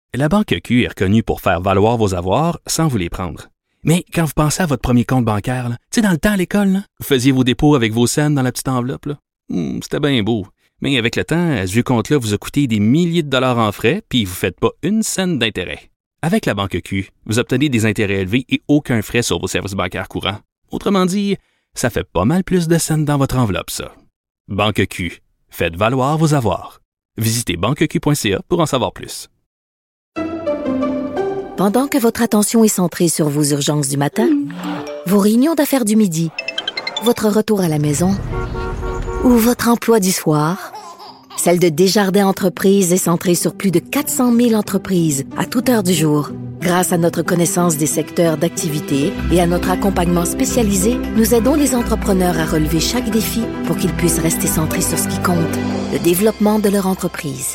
La Banque Q est reconnue pour faire valoir vos avoirs sans vous les prendre. Mais quand vous pensez à votre premier compte bancaire, tu sais, dans le temps à l'école, là, vous faisiez vos dépôts avec vos scènes dans la petite enveloppe. Là. C'était bien beau. Mais avec le temps, ce vieux compte-là vous a coûté des milliers de dollars en frais, puis vous ne faites pas une scène d'intérêt. Avec la Banque Q, vous obtenez des intérêts élevés et aucun frais sur vos services bancaires courants. Autrement dit, ça fait pas mal plus de scènes dans votre enveloppe, ça. Banque Q. Faites valoir vos avoirs. Visitez banqueq.ca pour en savoir plus. Pendant que votre attention est centrée sur vos urgences du matin, vos réunions d'affaires du midi, votre retour à la maison ou votre emploi du soir, celle de Desjardins Entreprises est centrée sur plus de 400 000 entreprises à toute heure du jour. Grâce à notre connaissance des secteurs d'activité et à notre accompagnement spécialisé, nous aidons les entrepreneurs à relever chaque défi pour qu'ils puissent rester centrés sur ce qui compte, le développement de leur entreprise.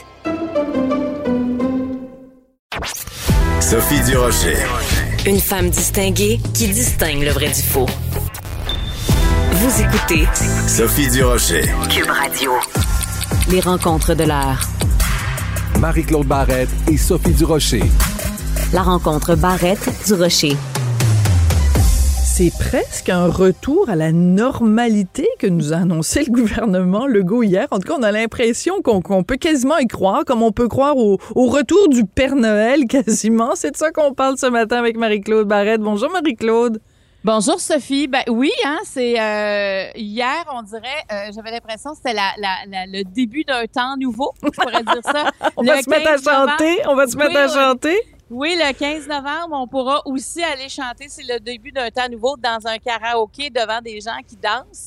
Sophie Durocher. Une femme distinguée qui distingue le vrai du faux. Vous écoutez Sophie Durocher. Cube Radio. Les rencontres de l'heure. Marie-Claude Barrette et Sophie Durocher. La rencontre Barrette-Durocher. C'est presque un retour à la normalité que nous a annoncé le gouvernement Legault hier. En tout cas, on a l'impression qu'on peut quasiment y croire, comme on peut croire au retour du Père Noël quasiment. C'est de ça qu'on parle ce matin avec Marie-Claude Barrette. Bonjour Marie-Claude. Bonjour Sophie. Ben oui, c'est hier, on dirait, j'avais l'impression que c'était le début d'un temps nouveau, je pourrais dire ça. On va se mettre à chanter. Oui, le 15 novembre, on pourra aussi aller chanter. C'est le début d'un temps nouveau dans un karaoké devant des gens qui dansent.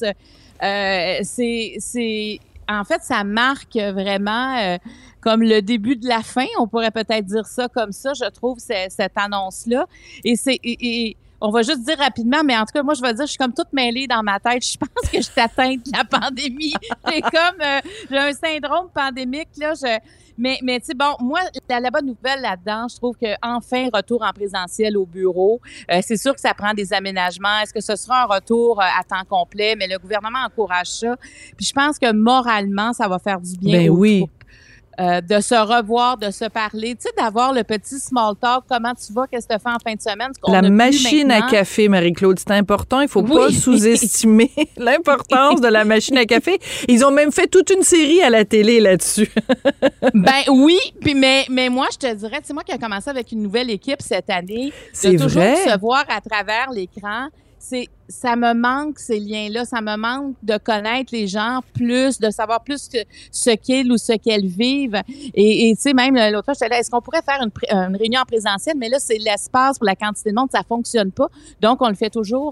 En fait, ça marque vraiment comme le début de la fin. On pourrait peut-être dire ça comme ça. Je trouve cette annonce-là. Et on va juste dire rapidement, mais en tout cas, moi, je vais dire, je suis comme toute mêlée dans ma tête. Je pense que je suis atteinte de la pandémie. J'ai un syndrome pandémique, là. Mais tu sais, bon, moi, la bonne nouvelle là-dedans, je trouve que enfin retour en présentiel au bureau. C'est sûr que ça prend des aménagements. Est-ce que ce sera un retour à temps complet? Mais le gouvernement encourage ça. Puis je pense que moralement, ça va faire du bien aux troupes. De se revoir, de se parler, tu sais, d'avoir le petit small talk, comment tu vas, qu'est-ce que tu fais en fin de semaine. La machine à café, Marie-Claude, c'est important. Il faut pas sous-estimer l'importance de la machine à café. Ils ont même fait toute une série à la télé là-dessus. Ben oui, puis mais moi, je te dirais, tu sais, moi qui ai commencé avec une nouvelle équipe cette année, c'est de toujours vrai. se voir à travers l'écran, ça me manque ces liens-là, ça me manque de connaître les gens plus, de savoir plus ce qu'ils ou ce qu'elles vivent. Et tu sais, même l'autre fois, j'étais là, est-ce qu'on pourrait faire une réunion en présentiel? Mais là, c'est l'espace pour la quantité de monde, ça fonctionne pas. Donc, on le fait toujours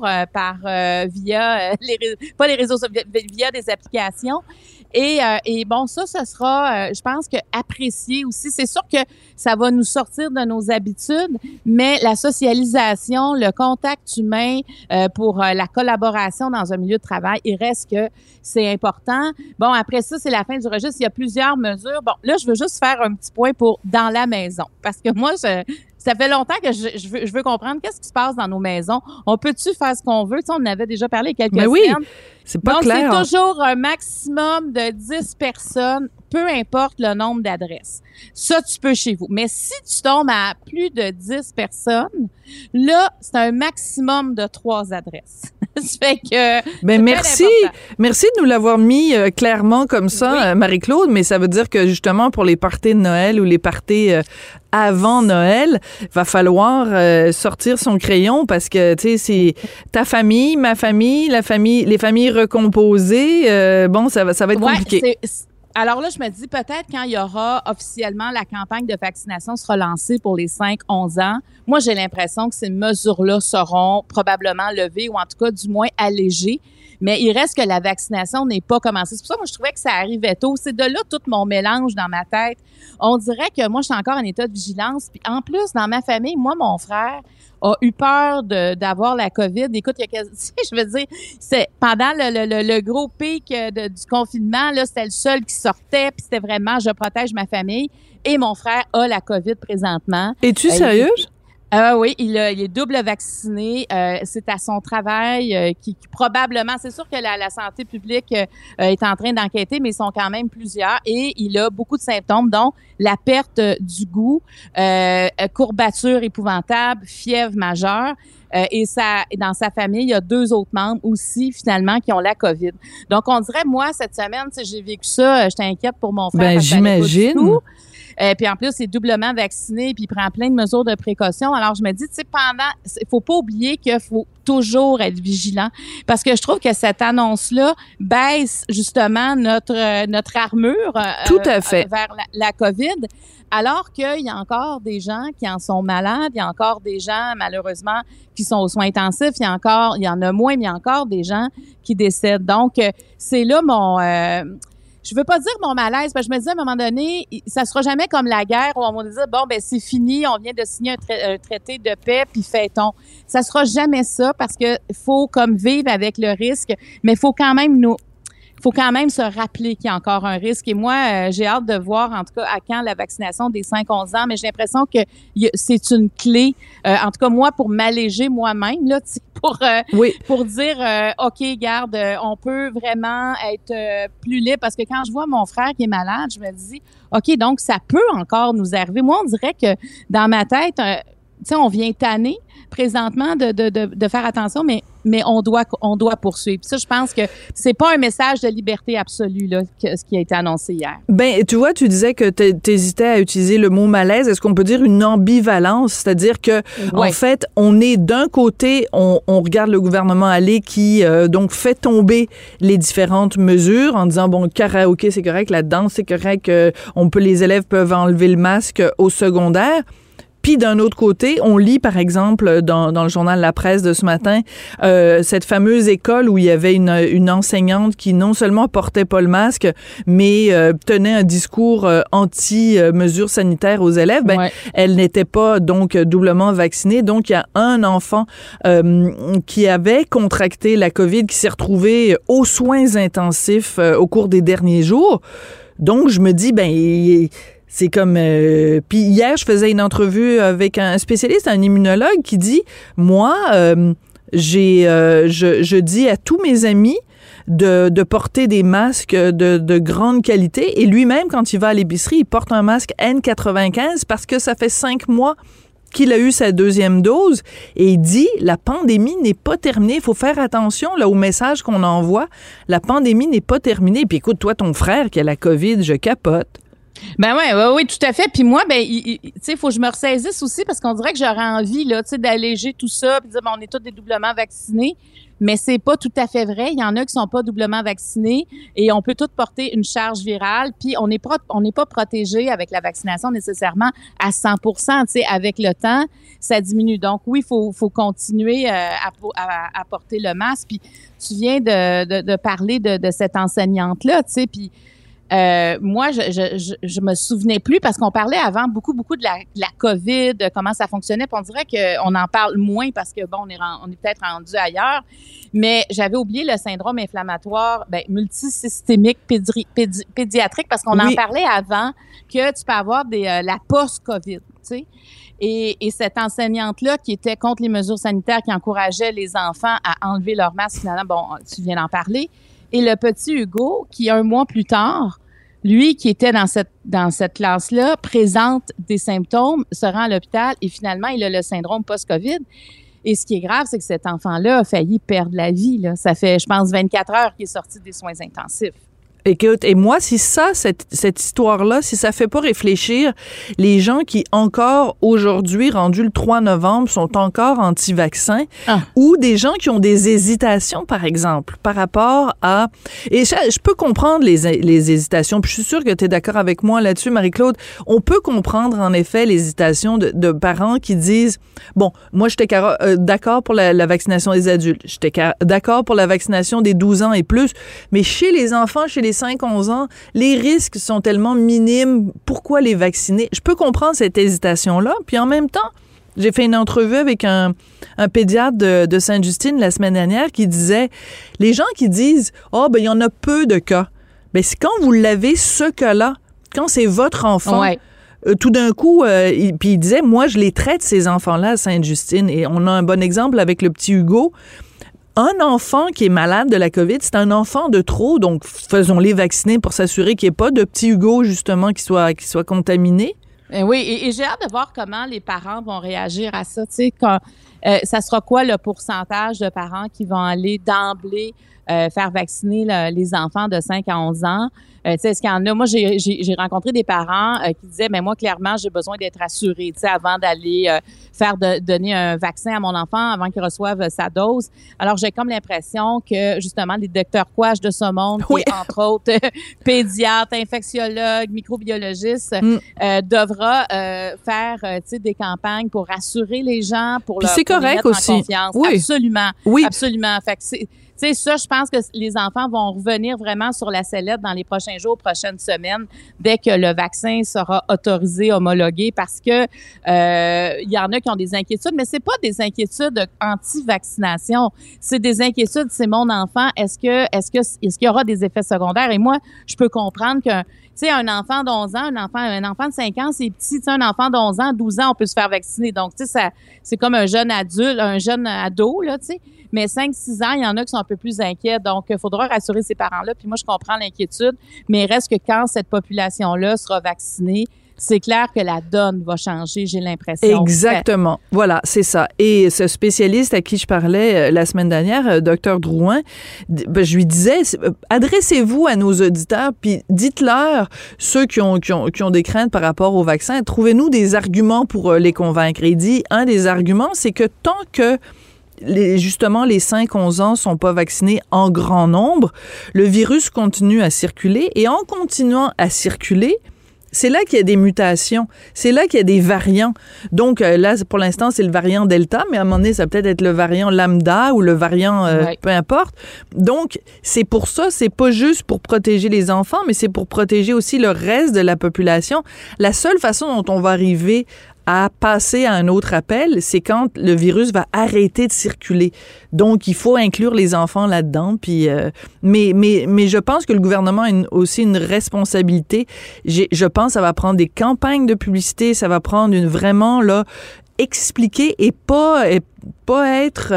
via pas les réseaux, via des applications. Et bon, ça sera, je pense que apprécié aussi. C'est sûr que ça va nous sortir de nos habitudes, mais la socialisation, le contact humain pour la collaboration dans un milieu de travail, il reste que c'est important. Bon, après ça, c'est la fin du registre. Il y a plusieurs mesures. Bon, là, je veux juste faire un petit point pour dans la maison, parce que moi, ça fait longtemps que je veux comprendre qu'est-ce qui se passe dans nos maisons. On peut-tu faire ce qu'on veut? Tu sais, on en avait déjà parlé il y a quelques semaines. Oui, c'est pas clair. Donc, c'est toujours un maximum de 10 personnes, peu importe le nombre d'adresses. Ça, tu peux chez vous. Mais si tu tombes à plus de 10 personnes, là, c'est un maximum de 3 adresses. Ça fait que... Ben merci de nous l'avoir mis clairement comme ça, oui. Marie-Claude, mais ça veut dire que justement pour les parties de Noël ou les parties avant Noël, va falloir sortir son crayon parce que tu sais c'est ta famille, ma famille, les familles recomposées. Bon, ça va être compliqué. Alors là, je me dis peut-être quand il y aura officiellement la campagne de vaccination sera lancée pour les 5-11 ans, moi j'ai l'impression que ces mesures-là seront probablement levées ou en tout cas du moins allégées. Mais il reste que la vaccination n'est pas commencée. C'est pour ça que moi, je trouvais que ça arrivait tôt. C'est de là tout mon mélange dans ma tête. On dirait que moi, je suis encore en état de vigilance. Puis en plus, dans ma famille, moi, mon frère a eu peur d'avoir la COVID. Écoute, je veux dire, c'est pendant le gros pic du confinement, là, c'était le seul qui sortait. Puis c'était vraiment, je protège ma famille. Et mon frère a la COVID présentement. Es-tu sérieuse? Oui, il est double vacciné. C'est à son travail qui probablement, c'est sûr que la santé publique est en train d'enquêter, mais ils sont quand même plusieurs. Et il a beaucoup de symptômes, dont la perte du goût, courbature épouvantable, fièvre majeure. Et dans sa famille, il y a 2 autres membres aussi, finalement, qui ont la COVID. Donc, on dirait, moi, cette semaine, j'ai vécu ça, j'étais inquiète pour mon frère. Ben, j'imagine. Puis en plus, il est doublement vacciné, puis il prend plein de mesures de précaution. Alors, je me dis, tu sais, il faut pas oublier qu'il faut toujours être vigilant, parce que je trouve que cette annonce-là baisse justement notre armure Tout à fait. vers la COVID, alors qu'il y a encore des gens qui en sont malades, il y a encore des gens, malheureusement, qui sont aux soins intensifs, il y en a moins, mais il y a encore des gens qui décèdent. Donc, c'est là je veux pas dire mon malaise, parce que je me dis à un moment donné, ça sera jamais comme la guerre où on va dire, bon, ben c'est fini, on vient de signer un traité de paix, puis fêtons. Ça sera jamais ça, parce que faut comme vivre avec le risque, mais faut quand même se rappeler qu'il y a encore un risque. Et moi, j'ai hâte de voir, en tout cas, à quand la vaccination des 5-11 ans, mais j'ai l'impression que c'est une clé, en tout cas, moi, pour m'alléger moi-même, là, pour dire, OK, garde, on peut vraiment être plus libre, parce que quand je vois mon frère qui est malade, je me dis, OK, donc ça peut encore nous arriver. Moi, on dirait que dans ma tête, tu sais, on vient tanner présentement de faire attention, mais on doit poursuivre. Puis ça, je pense que c'est pas un message de liberté absolue, là, ce qui a été annoncé hier. Ben, tu vois, tu disais que t'hésitais à utiliser le mot malaise. Est-ce qu'on peut dire une ambivalence? C'est-à-dire que, en fait, on est d'un côté, on regarde le gouvernement aller qui, donc, fait tomber les différentes mesures en disant, bon, le karaoké, c'est correct, la danse, c'est correct, les élèves peuvent enlever le masque au secondaire. Puis d'un autre côté, on lit par exemple dans le journal La Presse de ce matin cette fameuse école où il y avait une enseignante qui non seulement portait pas le masque, mais tenait un discours anti-mesures sanitaires aux élèves. Elle n'était pas donc doublement vaccinée. Donc il y a un enfant qui avait contracté la COVID qui s'est retrouvé aux soins intensifs au cours des derniers jours. Donc je me dis c'est comme... Puis hier, je faisais une entrevue avec un spécialiste, un immunologue, qui dit, moi, je dis à tous mes amis de porter des masques de grande qualité. Et lui-même, quand il va à l'épicerie, il porte un masque N95 parce que ça fait 5 mois qu'il a eu sa 2e dose. Et il dit, la pandémie n'est pas terminée. Il faut faire attention là, au message qu'on envoie. La pandémie n'est pas terminée. Puis écoute, toi, ton frère qui a la COVID, je capote. Ben oui, tout à fait. Puis moi, tu sais, il faut que je me ressaisisse aussi, parce qu'on dirait que j'aurais envie, là, tu sais, d'alléger tout ça, puis de dire, on est tous des doublement vaccinés. Mais c'est pas tout à fait vrai. Il y en a qui sont pas doublement vaccinés et on peut tous porter une charge virale. Puis on n'est pas protégé avec la vaccination nécessairement à 100%. Tu sais, avec le temps, ça diminue. Donc oui, faut continuer à porter le masque. Puis tu viens de parler de cette enseignante-là, tu sais, puis moi, je me souvenais plus, parce qu'on parlait avant beaucoup de la COVID, de comment ça fonctionnait, puis on dirait qu'on en parle moins parce que, bon, on est peut-être rendu ailleurs, mais j'avais oublié le syndrome inflammatoire multisystémique pédiatrique, parce qu'on en parlait avant, que tu peux avoir la post-COVID, tu sais. Et cette enseignante-là qui était contre les mesures sanitaires, qui encourageait les enfants à enlever leur masque, finalement, bon, tu viens d'en parler. Et le petit Hugo, qui 1 mois plus tard, lui qui était dans cette classe-là, présente des symptômes, se rend à l'hôpital et finalement, il a le syndrome post-COVID. Et ce qui est grave, c'est que cet enfant-là a failli perdre la vie, là. Ça fait, je pense, 24 heures qu'il est sorti des soins intensifs. Écoute, et moi, si cette histoire-là, si ça fait pas réfléchir les gens qui encore aujourd'hui, rendus le 3 novembre, sont encore anti-vaccins, ou des gens qui ont des hésitations, par exemple, par rapport à... Et je peux comprendre les hésitations, puis je suis sûre que tu es d'accord avec moi là-dessus, Marie-Claude. On peut comprendre, en effet, l'hésitation de parents qui disent, bon, moi, j'étais d'accord pour la vaccination des adultes, j'étais d'accord pour la vaccination des 12 ans et plus, mais chez les enfants, chez les 5-11 ans, les risques sont tellement minimes. Pourquoi les vacciner? Je peux comprendre cette hésitation-là. Puis en même temps, j'ai fait une entrevue avec un pédiatre de Sainte-Justine la semaine dernière qui disait, les gens qui disent « Ah, il y en a peu de cas », c'est quand vous l'avez, ce cas-là, quand c'est votre enfant, tout d'un coup, puis il disait, moi, je les traite, ces enfants-là, à Sainte-Justine. Et on a un bon exemple avec le petit Hugo. Un enfant qui est malade de la COVID, c'est un enfant de trop, donc faisons-les vacciner pour s'assurer qu'il n'y ait pas de petit Hugo, justement, qui soit contaminé. Oui, et j'ai hâte de voir comment les parents vont réagir à ça. Tu sais, quand ça sera quoi le pourcentage de parents qui vont aller d'emblée faire vacciner les enfants de 5 à 11 ans? Tu sais, est-ce qu'il y en a? Moi, j'ai rencontré des parents qui disaient, mais moi, clairement, j'ai besoin d'être assurée, tu sais, avant d'aller donner un vaccin à mon enfant, avant qu'il reçoive sa dose. Alors, j'ai comme l'impression que, justement, les docteurs Quash de ce monde, qui est, entre autres, pédiatre, infectiologue, microbiologiste, devra faire, tu sais, des campagnes pour rassurer les gens, pour leur mettre en confiance. Oui. Absolument. Oui. Absolument. Fait que tu sais, ça, je pense que les enfants vont revenir vraiment sur la sellette dans les prochains jours, prochaines semaines, dès que le vaccin sera autorisé, homologué, parce que il y en a qui ont des inquiétudes, mais c'est pas des inquiétudes anti-vaccination, c'est des inquiétudes, c'est mon enfant, est-ce qu'il y aura des effets secondaires? Et moi, je peux comprendre que tu sais, un enfant d'11 ans, un enfant de 5 ans, c'est petit. Tu sais, un enfant d'11 ans, 12 ans, on peut se faire vacciner. Donc, tu sais, c'est comme un jeune adulte, un jeune ado, là, tu sais. Mais 5-6 ans, il y en a qui sont un peu plus inquiets. Donc, il faudra rassurer ces parents-là. Puis moi, je comprends l'inquiétude. Mais il reste que quand cette population-là sera vaccinée, c'est clair que la donne va changer, j'ai l'impression. Exactement. Voilà, c'est ça. Et ce spécialiste à qui je parlais la semaine dernière, Dr Drouin, je lui disais, adressez-vous à nos auditeurs, puis dites-leur, ceux qui ont des craintes par rapport au vaccin, trouvez-nous des arguments pour les convaincre. Et il dit, un des arguments, c'est que tant que justement, les 5-11 ans sont pas vaccinés en grand nombre, le virus continue à circuler, et en continuant à circuler, c'est là qu'il y a des mutations. C'est là qu'il y a des variants. Donc, là, pour l'instant, c'est le variant Delta, mais à un moment donné, ça va peut-être être le variant Lambda ou le variant peu importe. Donc, c'est pour ça, c'est pas juste pour protéger les enfants, mais c'est pour protéger aussi le reste de la population. La seule façon dont on va arriver à passer à un autre appel, c'est quand le virus va arrêter de circuler. Donc, il faut inclure les enfants là-dedans. Puis, mais je pense que le gouvernement a aussi une responsabilité. Je pense que ça va prendre des campagnes de publicité, ça va prendre vraiment là expliquer et pas être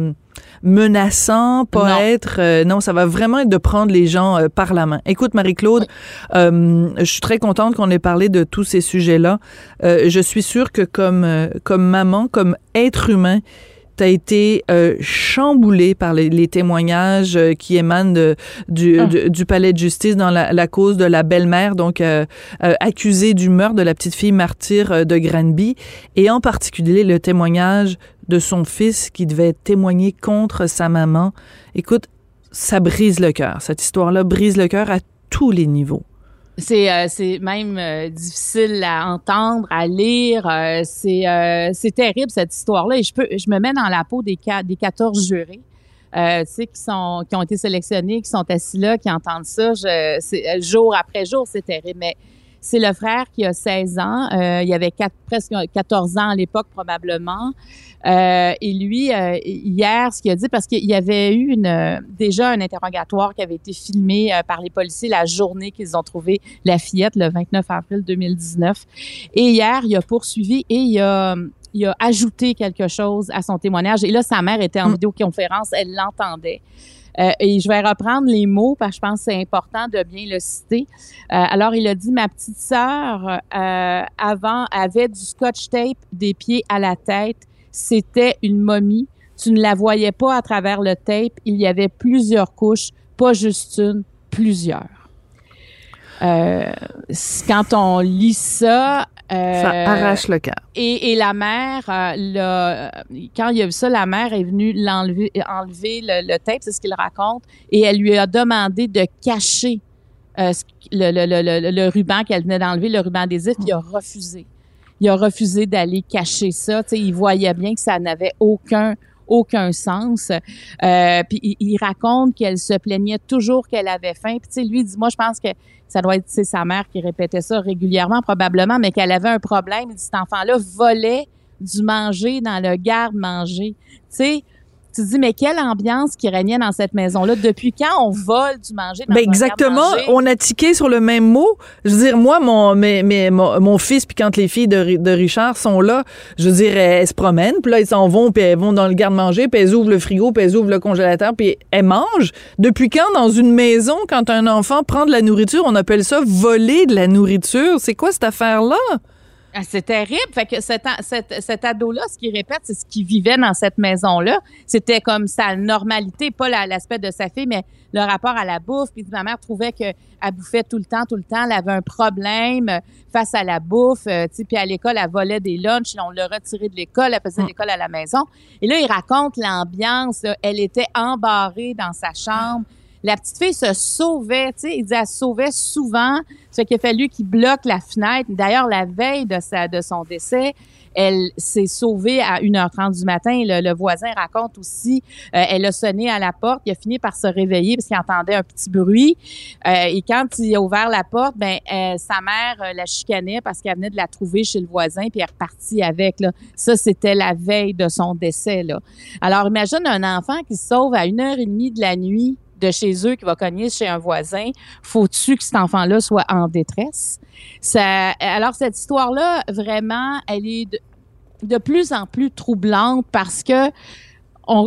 menaçant, non, ça va vraiment être de prendre les gens par la main. Écoute, Marie-Claude, je suis très contente qu'on ait parlé de tous ces sujets-là. Je suis sûre que comme maman, comme être humain, t'as été chamboulé par les témoignages qui émanent du palais de justice dans la cause de la belle-mère, donc accusée du meurtre de la petite fille martyre de Granby, et en particulier le témoignage de son fils qui devait témoigner contre sa maman. Écoute, ça brise le cœur. Cette histoire-là brise le cœur à tous les niveaux. C'est même difficile à entendre, à lire. C'est terrible, cette histoire-là. Et je me mets dans la peau des 14 jurés, tu sais, qui ont été sélectionnés, qui sont assis là, qui entendent ça. Jour après jour, c'est terrible. Mais c'est le frère qui a 16 ans. Il avait presque 14 ans à l'époque, probablement. Et lui, hier, ce qu'il a dit, parce qu'il y avait eu déjà un interrogatoire qui avait été filmé par les policiers la journée qu'ils ont trouvé la fillette, le 29 avril 2019. Et hier, il a poursuivi et il a ajouté quelque chose à son témoignage. Et là, sa mère était en vidéoconférence, elle l'entendait. Et je vais reprendre les mots parce que je pense que c'est important de bien le citer. Alors, il a dit, ma petite sœur, avant, avait du scotch tape des pieds à la tête. C'était une momie. Tu ne la voyais pas à travers le tape. Il y avait plusieurs couches, pas juste une, plusieurs. Quand on lit ça... ça arrache le cœur. Et la mère, quand il a vu ça, la mère est venue enlever le tape, c'est ce qu'il raconte, et elle lui a demandé de cacher le ruban qu'elle venait d'enlever, le ruban adhésif, puis il a refusé. Il a refusé d'aller cacher ça. Tu sais, il voyait bien que ça n'avait aucun sens. Puis il raconte qu'elle se plaignait toujours qu'elle avait faim. Puis tu sais, lui, il dit, moi, je pense que ça doit être sa mère qui répétait ça régulièrement, probablement, mais qu'elle avait un problème. Il dit, cet enfant-là volait du manger dans le garde-manger. Tu sais, Tu te dis, mais quelle ambiance qui régnait dans cette maison-là? Depuis quand on vole du manger dans un exactement. garde-manger? On a tiqué sur le même mot. Je veux dire, moi, mon fils, puis quand les filles de Richard sont là, je veux dire, elles se promènent, puis là, ils s'en vont, puis elles vont dans le garde-manger, puis elles ouvrent le frigo, puis elles ouvrent le congélateur, puis elles mangent. Depuis quand, dans une maison, quand un enfant prend de la nourriture, on appelle ça voler de la nourriture? C'est quoi cette affaire-là? Ah, c'est terrible. Fait que cet ado-là, ce qu'il répète, c'est ce qu'il vivait dans cette maison-là. C'était comme sa normalité, pas l'aspect de sa fille, mais le rapport à la bouffe. Puis ma mère trouvait qu'elle bouffait tout le temps. Elle avait un problème face à la bouffe. Puis à l'école, elle volait des lunchs. On l'a retirée de l'école. Elle faisait l'école à la maison. Et là, il raconte l'ambiance. Là. Elle était embarrée dans sa chambre. La petite fille se sauvait, tu sais, il dit elle se sauvait souvent, ce qu'il a fallu qu'il bloque la fenêtre. D'ailleurs, la veille de son décès, elle s'est sauvée à 1h30 du matin. Le voisin raconte aussi, elle a sonné à la porte, il a fini par se réveiller parce qu'il entendait un petit bruit. Et quand il a ouvert la porte, sa mère la chicanait parce qu'elle venait de la trouver chez le voisin, puis elle est repartie avec. Là. Ça, c'était la veille de son décès. Là. Alors, imagine un enfant qui se sauve à 1h30 de la nuit de chez eux, qui va cogner chez un voisin. Faut-tu que cet enfant-là soit en détresse? Alors, cette histoire-là, vraiment, elle est de plus en plus troublante parce que on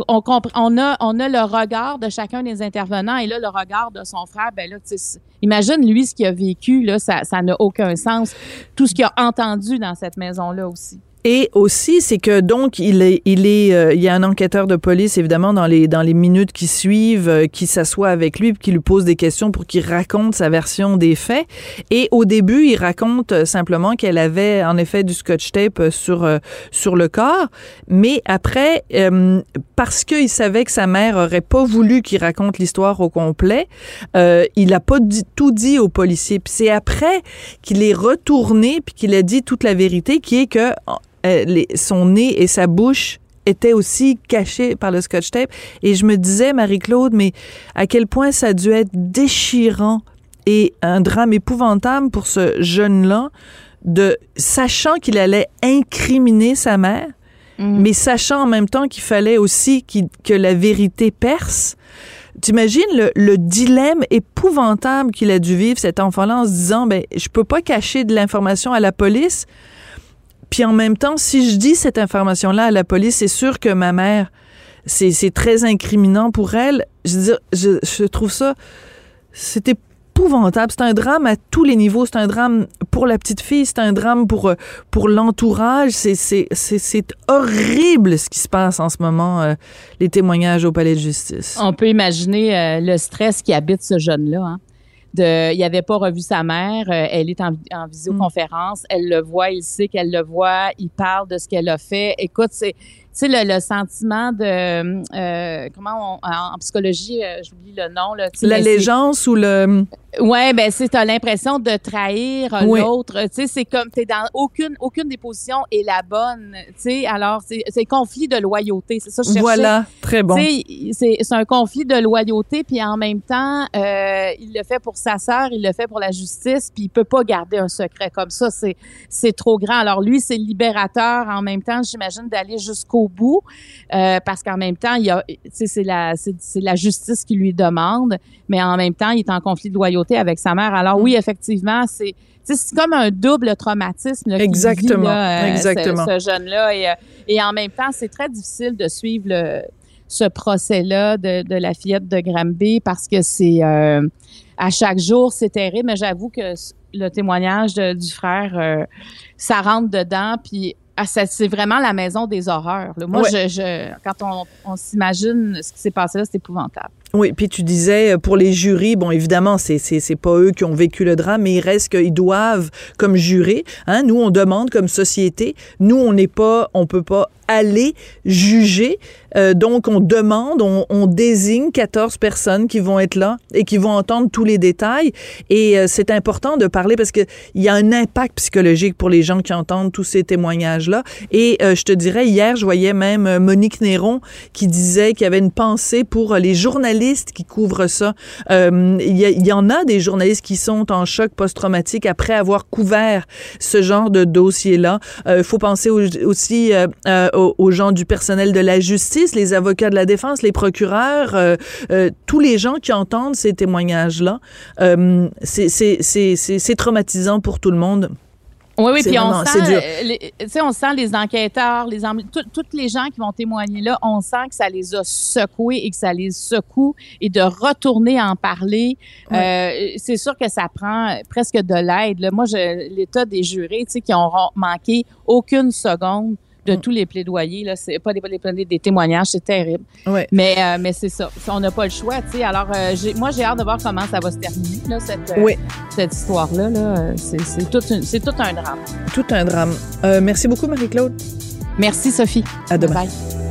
a le regard de chacun des intervenants et là, le regard de son frère, imagine lui ce qu'il a vécu, là, ça n'a aucun sens. Tout ce qu'il a entendu dans cette maison-là aussi. Et aussi, c'est que donc il y a un enquêteur de police évidemment dans les minutes qui suivent, qui s'assoit avec lui puis qui lui pose des questions pour qu'il raconte sa version des faits. Et au début, il raconte simplement qu'elle avait en effet du scotch tape sur le corps, mais après, parce qu'il savait que sa mère aurait pas voulu qu'il raconte l'histoire au complet, il a pas tout dit aux policiers. Puis c'est après qu'il est retourné puis qu'il a dit toute la vérité, qui est que son nez et sa bouche étaient aussi cachés par le scotch tape. Et je me disais, Marie-Claude, mais à quel point ça a dû être déchirant et un drame épouvantable pour ce jeune-là, sachant qu'il allait incriminer sa mère, mais sachant en même temps qu'il fallait aussi que la vérité perce. T'imagines le dilemme épouvantable qu'il a dû vivre, cet enfant-là, en se disant, je peux pas cacher de l'information à la police. Puis en même temps, si je dis cette information-là à la police, c'est sûr que ma mère, c'est très incriminant pour elle. Je veux dire, je trouve ça, c'est épouvantable. C'est un drame à tous les niveaux. C'est un drame pour la petite fille, c'est un drame pour l'entourage. C'est horrible ce qui se passe en ce moment, les témoignages au palais de justice. On peut imaginer le stress qui habite ce jeune-là, hein. Il n'avait pas revu sa mère, elle est en visioconférence, elle le voit, il sait qu'elle le voit, il parle de ce qu'elle a fait. Écoute, c'est le sentiment de en psychologie, j'oublie le nom là. L'allégeance ou le ouais, t'as l'impression de trahir l'autre. Tu sais, c'est comme t'es dans aucune des positions est la bonne. Tu sais, alors c'est conflit de loyauté. C'est ça que je cherchais. Voilà, très bon. Tu sais, c'est un conflit de loyauté, puis en même temps, il le fait pour sa sœur, il le fait pour la justice, puis il peut pas garder un secret comme ça. C'est trop grand. Alors lui, c'est libérateur en même temps, j'imagine, d'aller jusqu'au bout, parce qu'en même temps, c'est la justice qui lui demande, mais en même temps, il est en conflit de loyauté avec sa mère. Alors oui, effectivement, c'est comme un double traumatisme là, exactement, qu'il vit, exactement. Ce jeune-là. Et en même temps, c'est très difficile de suivre ce procès-là de la fillette de Granby parce que c'est à chaque jour, c'est terrible. Mais j'avoue que le témoignage du frère, ça rentre dedans, puis c'est vraiment la maison des horreurs. Là. Moi, quand on s'imagine ce qui s'est passé là, c'est épouvantable. Oui, puis tu disais, pour les jurys, bon, évidemment, c'est pas eux qui ont vécu le drame, mais il reste qu'ils doivent, comme jurés, hein, nous, on demande comme société, nous, on peut pas aller juger, donc on demande, on désigne 14 personnes qui vont être là et qui vont entendre tous les détails, et c'est important de parler parce que il y a un impact psychologique pour les gens qui entendent tous ces témoignages-là, et je te dirais, hier, je voyais même Monique Néron qui disait qu'il y avait une pensée pour les journalistes journalistes qui couvrent ça. Il y en a des journalistes qui sont en choc post-traumatique après avoir couvert ce genre de dossier-là. Faut penser aussi aux gens du personnel de la justice, les avocats de la défense, les procureurs, tous les gens qui entendent ces témoignages-là. C'est traumatisant pour tout le monde. Oui, puis on sent les enquêteurs, tous les gens qui vont témoigner là, on sent que ça les a secoués et que ça les secoue et de retourner en parler. C'est sûr que ça prend presque de l'aide. Là. Moi, l'état des jurés, tu sais, qui n'auront manqué aucune seconde de tous les plaidoyers, là, c'est pas des témoignages, c'est terrible. Ouais. Mais c'est ça. On n'a pas le choix, tu sais. Alors, j'ai hâte de voir comment ça va se terminer, là, cette histoire-là. Là. C'est tout un drame. Tout un drame. Merci beaucoup, Marie-Claude. Merci, Sophie. À demain. Bye.